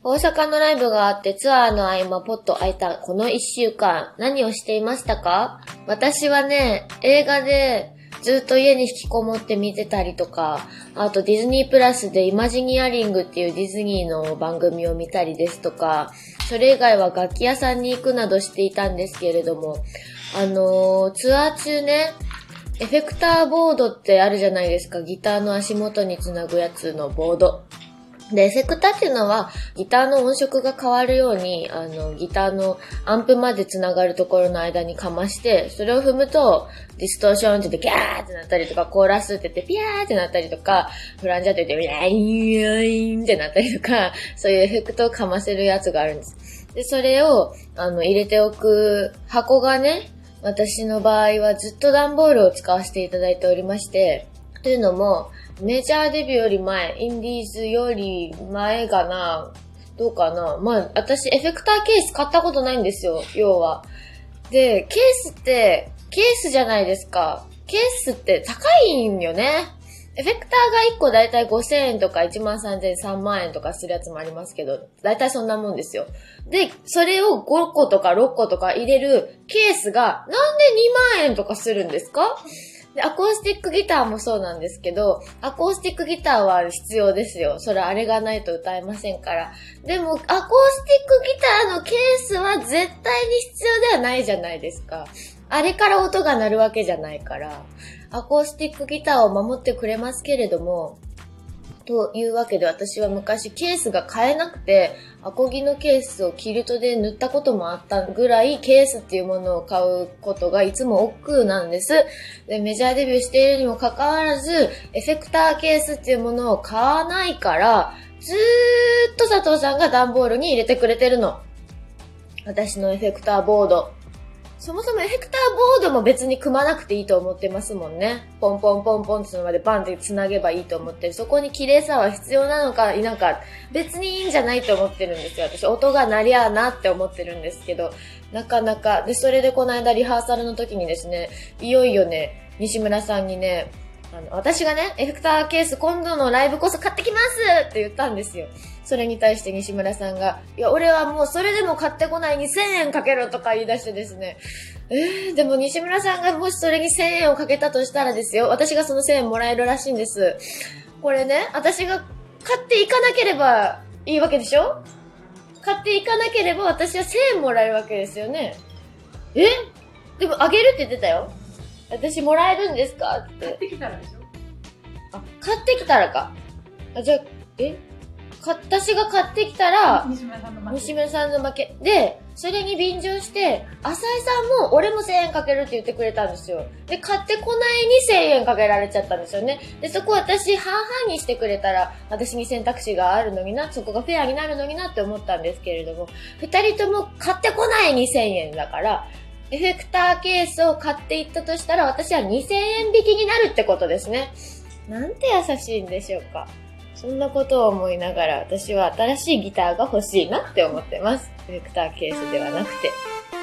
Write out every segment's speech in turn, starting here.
大阪のライブがあってツアーの合間ポッと空いたこの1週間何をしていましたか？私はね、映画でずっと家に引きこもって見てたりとか、あとディズニープラスでイマジニアリングっていうディズニーの番組を見たりですとか、それ以外は楽器屋さんに行くなどしていたんですけれども、ツアー中ね、エフェクターボードってあるじゃないですか。ギターの足元につなぐやつのボード。で、エフェクターっていうのは、ギターの音色が変わるように、ギターのアンプまでつながるところの間にかまして、それを踏むと、ディストーションって言ってギャーってなったりとか、コーラスって言ってピヤーってなったりとか、フランジャーって言ってビャーンってなったりとか、そういうエフェクトをかませるやつがあるんです。で、それを、入れておく箱がね、私の場合はずっと段ボールを使わせていただいておりまして、というのも、メジャーデビューより前、インディーズより前かな、どうかな。まあ、私エフェクターケース買ったことないんですよ、要は。で、ケースって、ケースじゃないですか。ケースって高いんよね。エフェクターが1個だいたい5000円とか13000円、3万円とかするやつもありますけど、だいたいそんなもんですよ。で、それを5個とか6個とか入れるケースがなんで2万円とかするんですか？で、アコースティックギターもそうなんですけど、アコースティックギターは必要ですよ。それあれがないと歌えませんから。でも、アコースティックギターのケースは絶対に必要ではないじゃないですか。あれから音が鳴るわけじゃないから。アコースティックギターを守ってくれますけれども、というわけで私は昔ケースが買えなくて、アコギのケースをキルトで塗ったこともあったぐらいケースっていうものを買うことがいつも億劫なんです。で、メジャーデビューしているにもかかわらず、エフェクターケースっていうものを買わないから、ずーっと佐藤さんが段ボールに入れてくれてるの。私のエフェクターボード。そもそもエフェクターボードも別に組まなくていいと思ってますもんね。ポンポンポンポンってそのまでバンって繋げばいいと思ってる。そこに綺麗さは必要なのか否か別にいいんじゃないと思ってるんですよ。私音が鳴りゃあなって思ってるんですけど、なかなか。で、それでこの間リハーサルの時にですね、いよいよね、西村さんにね、私がね、エフェクターケース今度のライブこそ買ってきますって言ったんですよ。それに対して西村さんが、いや、俺はもうそれでも買ってこない2000円かけろとか言い出してですね。でも西村さんがもしそれに1000円をかけたとしたらですよ、私がその1000円もらえるらしいんです。これね、私が買っていかなければいいわけでしょ？買っていかなければ私は1000円もらえるわけですよね。でもあげるって言ってたよ。私もらえるんですかって。 買ってきたらでしょ？ 買ってきたらか。じゃあ、私が買ってきたら、 西村さんの負け。 西村さんの負け。で、それに便乗して、浅井さんも俺も1000円かけるって言ってくれたんですよ。で、買ってこないに1000円かけられちゃったんですよね。で、そこ私半々にしてくれたら、私に選択肢があるのにな、そこがフェアになるのになって思ったんですけれども、二人とも買ってこない2000円だから、エフェクターケースを買っていったとしたら、私は2000円引きになるってことですね。なんて優しいんでしょうか。そんなことを思いながら、私は新しいギターが欲しいなって思ってます。エフェクターケースではなくて。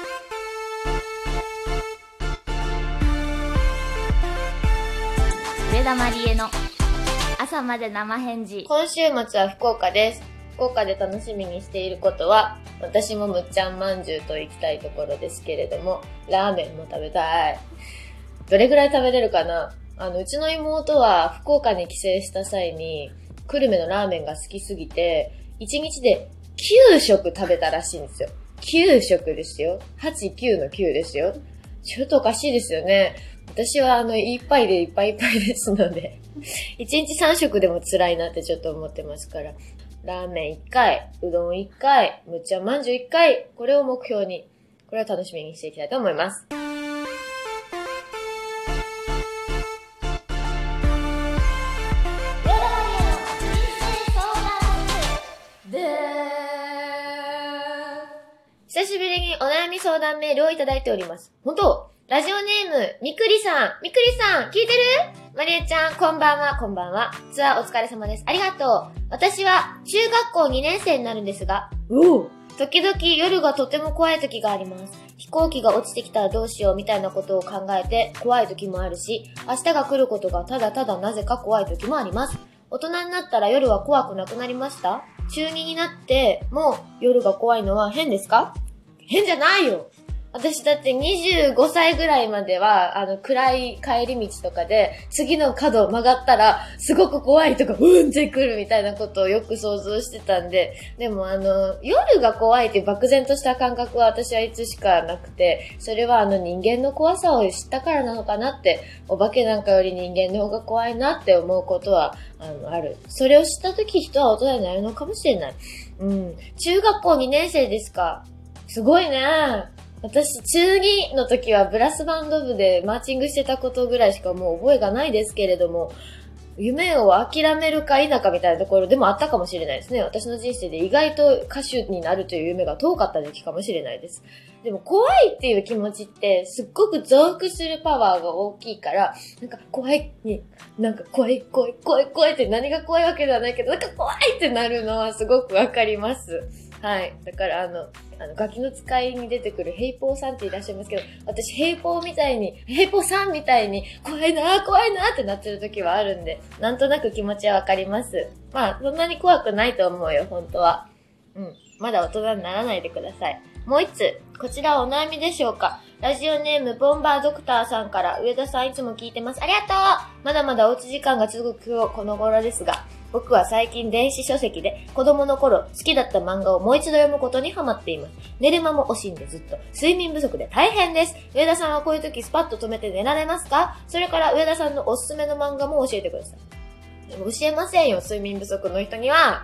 上田まりえの朝まで生返事。 今週末は福岡です。福岡で楽しみにしていることは、私もむっちゃんまんじゅうと行きたいところですけれども、ラーメンも食べたい。どれぐらい食べれるかな？うちの妹は福岡に帰省した際に、久留米のラーメンが好きすぎて、1日で9食食べたらしいんですよ。9食ですよ。8、9の9ですよ。ちょっとおかしいですよね。私はいっぱいでいっぱいいっぱいですので、1日3食でも辛いなってちょっと思ってますから。ラーメン1回、うどん1回、むっちゃんまんじゅう1回、これを目標に、これを楽しみにしていきたいと思います。久しぶりにお悩み相談メールをいただいております。本当？ラジオネーム、みくりさん、聞いてる？まりえちゃん、こんばんは、こんばんは。ツアーお疲れ様です。ありがとう。私は中学校2年生になるんですが、時々夜がとても怖い時があります。飛行機が落ちてきたらどうしようみたいなことを考えて怖い時もあるし、明日が来ることがただただなぜか怖い時もあります。大人になったら夜は怖くなくなりました？ 中2になってもう夜が怖いのは変ですか？変じゃないよ。私だって25歳ぐらいまでは、暗い帰り道とかで、次の角を曲がったら、すごく怖いとか、うんってくるみたいなことをよく想像してたんで、でも夜が怖いっていう漠然とした感覚は私はいつしかなくて、それは人間の怖さを知ったからなのかなって、お化けなんかより人間の方が怖いなって思うことは、ある。それを知った時人は大人になるのかもしれない。中学校2年生ですか。すごいね。私、中2の時はブラスバンド部でマーチングしてたことぐらいしかもう覚えがないですけれども、夢を諦めるか否かみたいなところでもあったかもしれないですね。私の人生で意外と歌手になるという夢が遠かった時期かもしれないです。でも怖いっていう気持ちってすっごく増幅するパワーが大きいから、なんか怖いに、なんか怖いって何が怖いわけではないけど、なんか怖いってなるのはすごくわかります。はい。だからガキの使いに出てくるヘイポーさんっていらっしゃいますけど、私ヘイポーさんみたいに怖いなってなってる時はあるんで、なんとなく気持ちはわかります。まあ、そんなに怖くないと思うよ、本当は。まだ大人にならないでください。もう一つ、こちらはお悩みでしょうか。ラジオネームボンバードクターさんから、上田さんいつも聞いてます。ありがとう。まだまだおうち時間が続くこの頃ですが、僕は最近電子書籍で子供の頃好きだった漫画をもう一度読むことにハマっています。寝る間も惜しんでずっと睡眠不足で大変です。上田さんはこういう時スパッと止めて寝られますか？それから上田さんのおすすめの漫画も教えてください。でも教えませんよ、睡眠不足の人には。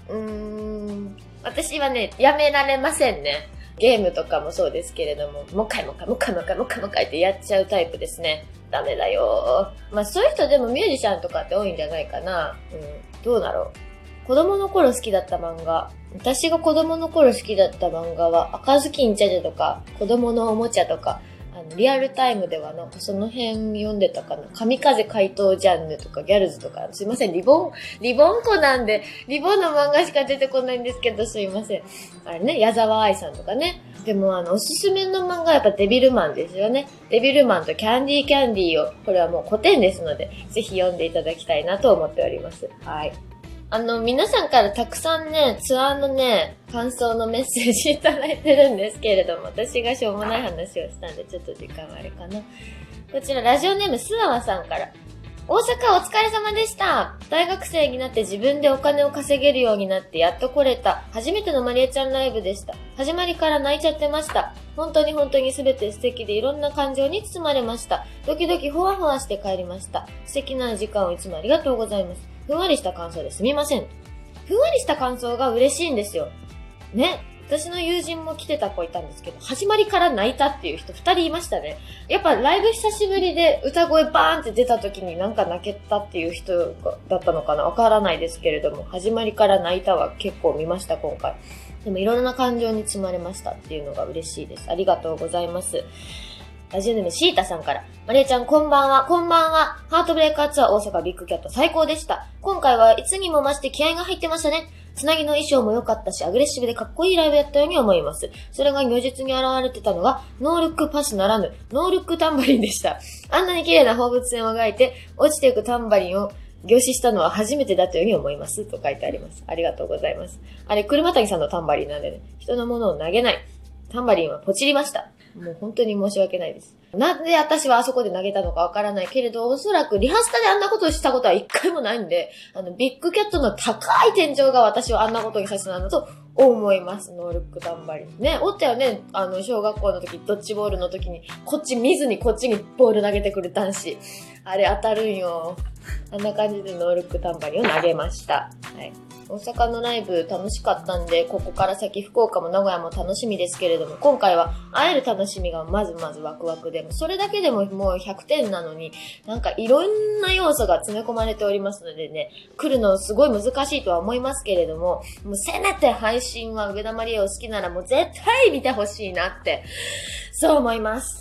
私はね、やめられませんね。ゲームとかもそうですけれども、もう一回ってやっちゃうタイプですね。ダメだよ。まあそういう人でもミュージシャンとかって多いんじゃないかな。どうだろう。子供の頃好きだった漫画。私が子供の頃好きだった漫画は、赤ずきんちゃちゃとか、子供のおもちゃとか、リアルタイムではなんかその辺読んでたかな。神風怪盗ジャンヌとかギャルズとか、すいません、リボン子なんで、リボンの漫画しか出てこないんですけど、すいません。あれね、矢沢愛さんとかね。でもおすすめの漫画はやっぱデビルマンですよね。デビルマンとキャンディーを、これはもう古典ですので、ぜひ読んでいただきたいなと思っております。はい。皆さんからたくさんね、ツアーのね、感想のメッセージいただいてるんですけれども、私がしょうもない話をしたんで、ちょっと時間はあれかな。こちら、ラジオネームスワワさんから。大阪お疲れ様でした。大学生になって自分でお金を稼げるようになってやっと来れた初めてのマリエちゃんライブでした。始まりから泣いちゃってました。本当に全て素敵でいろんな感情に包まれました。ドキドキほわほわして帰りました。素敵な時間をいつもありがとうございます。ふんわりした感想ですみません。ふんわりした感想が嬉しいんですよ。ね。私の友人も来てた子いたんですけど、始まりから泣いたっていう人2人いましたね。やっぱライブ久しぶりで歌声バーンって出た時になんか泣けたっていう人だったのかなわからないですけれども、始まりから泣いたは結構見ました今回。でもいろんな感情に包まれましたっていうのが嬉しいです。ありがとうございます。ラジオネームシータさんから。マリエちゃんこんばんは。ハートブレイカーツアー大阪ビッグキャット最高でした。今回はいつにも増して気合が入ってましたね。つなぎの衣装も良かったし、アグレッシブでかっこいいライブやったように思います。それが如実に現れてたのが、ノールックパスならぬ、ノールックタンバリンでした。あんなに綺麗な放物線を描いて、落ちていくタンバリンを凝視したのは初めてだったように思います。と書いてあります。ありがとうございます。あれ、車谷さんのタンバリンなんでね、人のものを投げない。タンバリンはポチりました。もう本当に申し訳ないです。なんで私はあそこで投げたのかわからないけれど、おそらくリハスタであんなことをしたことは一回もないんで、ビッグキャットの高い天井が私をあんなことにさせたんだと思います。ノールックタンバリン。ね、おったよね。小学校の時、ドッジボールの時に、こっち見ずにこっちにボール投げてくる男子。あれ当たるんよ。あんな感じでノールックタンバリンを投げました。はい。大阪のライブ楽しかったんで、ここから先福岡も名古屋も楽しみですけれども、今回は会える楽しみがまずワクワクで、それだけでももう100点なのに、なんかいろんな要素が詰め込まれておりますのでね、来るのすごい難しいとは思いますけれども、もうせめて配信は上田マリエを好きならもう絶対見てほしいなって、そう思います。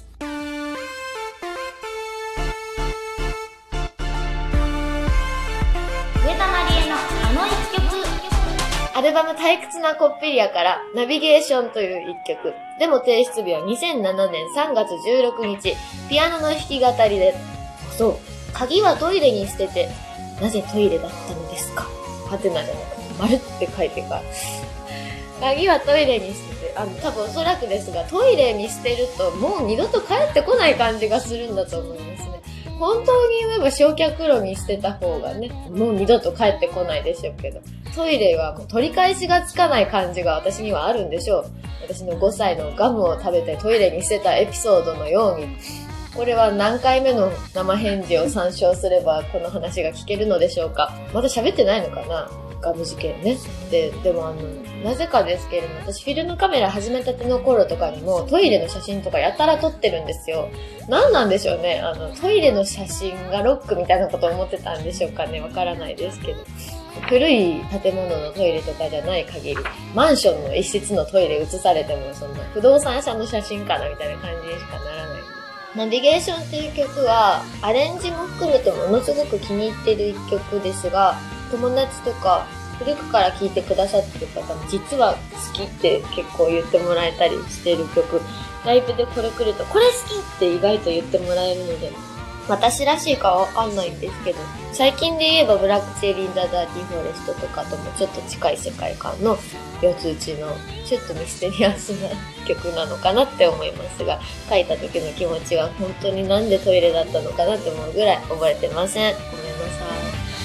アルバム退屈なコッペリアからナビゲーションという一曲。でも提出日は2007年3月16日。ピアノの弾き語りで。そう。鍵はトイレに捨てて、なぜトイレだったのですか？はてなじゃなくて。 丸って書いてから。鍵はトイレにしてて、多分おそらくですが、トイレに捨てるともう二度と帰ってこない感じがするんだと思いますね。本当に言えば焼却炉に捨てた方がね、もう二度と帰ってこないでしょうけど、トイレはもう取り返しがつかない感じが私にはあるんでしょう。私の5歳のガムを食べてトイレに捨てたエピソードのように、これは何回目の生返事を参照すればこの話が聞けるのでしょうか。まだ喋ってないのかな、ガム事件ね。でもなぜかですけれども、私フィルムカメラ始めたての頃とかにもトイレの写真とかやたら撮ってるんですよ。何なんでしょうね。トイレの写真がロックみたいなことを思ってたんでしょうかね。わからないですけど。古い建物のトイレとかじゃない限り、マンションの一室のトイレ映されても、そんな不動産屋さんの写真かなみたいな感じにしかならない。ナビゲーションっていう曲は、アレンジも含めてものすごく気に入ってる一曲ですが、友達とか古くから聴いてくださってる方も実は好きって結構言ってもらえたりしてる曲。ライブでこれ来ると、これ好きって意外と言ってもらえるので、私らしいかはわかんないんですけど、最近で言えばブラックチェリー・ザ・ダーティー・フォレストとかともちょっと近い世界観の四つ打ちのちょっとミステリアスな曲なのかなって思いますが、書いた時の気持ちは本当になんでトイレだったのかなって思うぐらい覚えてません。ごめんなさい。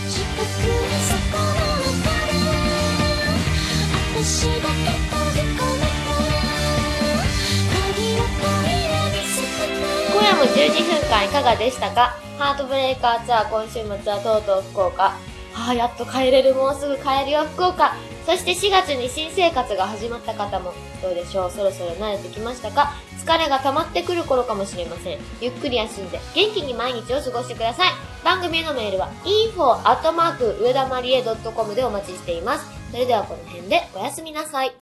今夜も12分間いかがでしたか？ハートブレイカーツアー今週末はとうとう福岡。やっと帰れる、もうすぐ帰るよ福岡。そして4月に新生活が始まった方もどうでしょう、そろそろ慣れてきましたか？疲れが溜まってくる頃かもしれません。ゆっくり休んで元気に毎日を過ごしてください。番組へのメールは info@uedamarie.com でお待ちしています。それではこの辺でおやすみなさい。